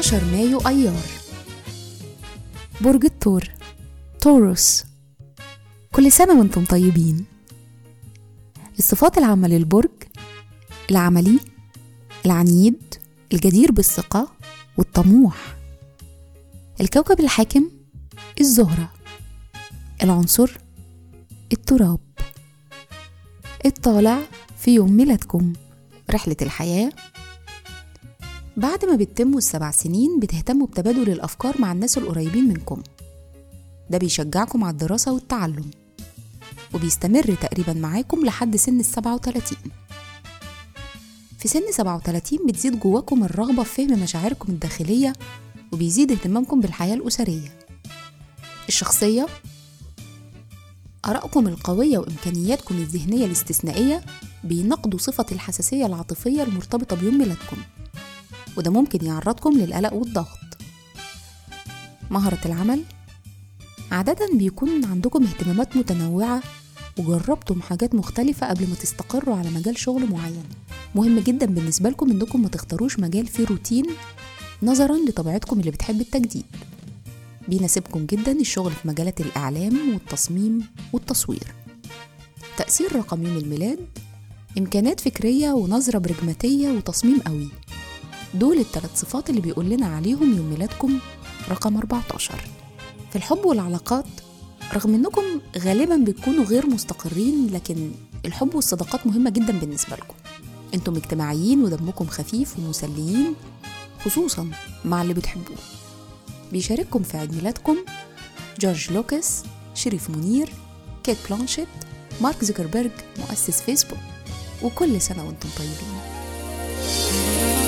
16 مايو أيار. برج الثور، توروس، كل سنة وانتم طيبين. الصفات العامة للبرج: العملي، العنيد، الجدير بالثقة والطموح. الكوكب الحاكم الزهرة. العنصر التراب. الطالع في يوم ميلادكم. رحلة الحياة: بعد ما بتتموا 7 سنين بتهتموا بتبادل الأفكار مع الناس القريبين منكم. ده بيشجعكم على الدراسة والتعلم، وبيستمر تقريبا معاكم لحد سن 37. في سن 37 بتزيد جواكم الرغبة في فهم مشاعركم الداخلية، وبيزيد اهتمامكم بالحياة الأسرية. الشخصية: آرائكم القوية وإمكانياتكم الذهنية الاستثنائية بينقضوا صفة الحساسية العاطفية المرتبطة بيوم ميلادكم، وده ممكن يعرضكم للقلق والضغط. مهارة العمل: عادة بيكون عندكم اهتمامات متنوعة وجربتم حاجات مختلفة قبل ما تستقروا على مجال شغل معين. مهم جدا بالنسبة لكم انكم ما تختاروش مجال فيه روتين نظرا لطبيعتكم اللي بتحب التجديد. بيناسبكم جدا الشغل في مجالات الإعلام والتصميم والتصوير. تأثير رقم يوم الميلاد: إمكانات فكرية ونظرة برجماتية وتصميم قوي. دول ال3 صفات اللي بيقول لنا عليهم يوم ميلادكم رقم 14. في الحب والعلاقات، رغم انكم غالبا بتكونوا غير مستقرين، لكن الحب والصداقات مهمة جدا بالنسبة لكم. انتم اجتماعيين ودمكم خفيف ومسليين، خصوصا مع اللي بتحبوه. بيشارككم في عيد ميلادكم جورج لوكاس، شريف منير، كيت بلانشيت، مارك زوكربيرج مؤسس فيسبوك. وكل سنة وانتم طيبين.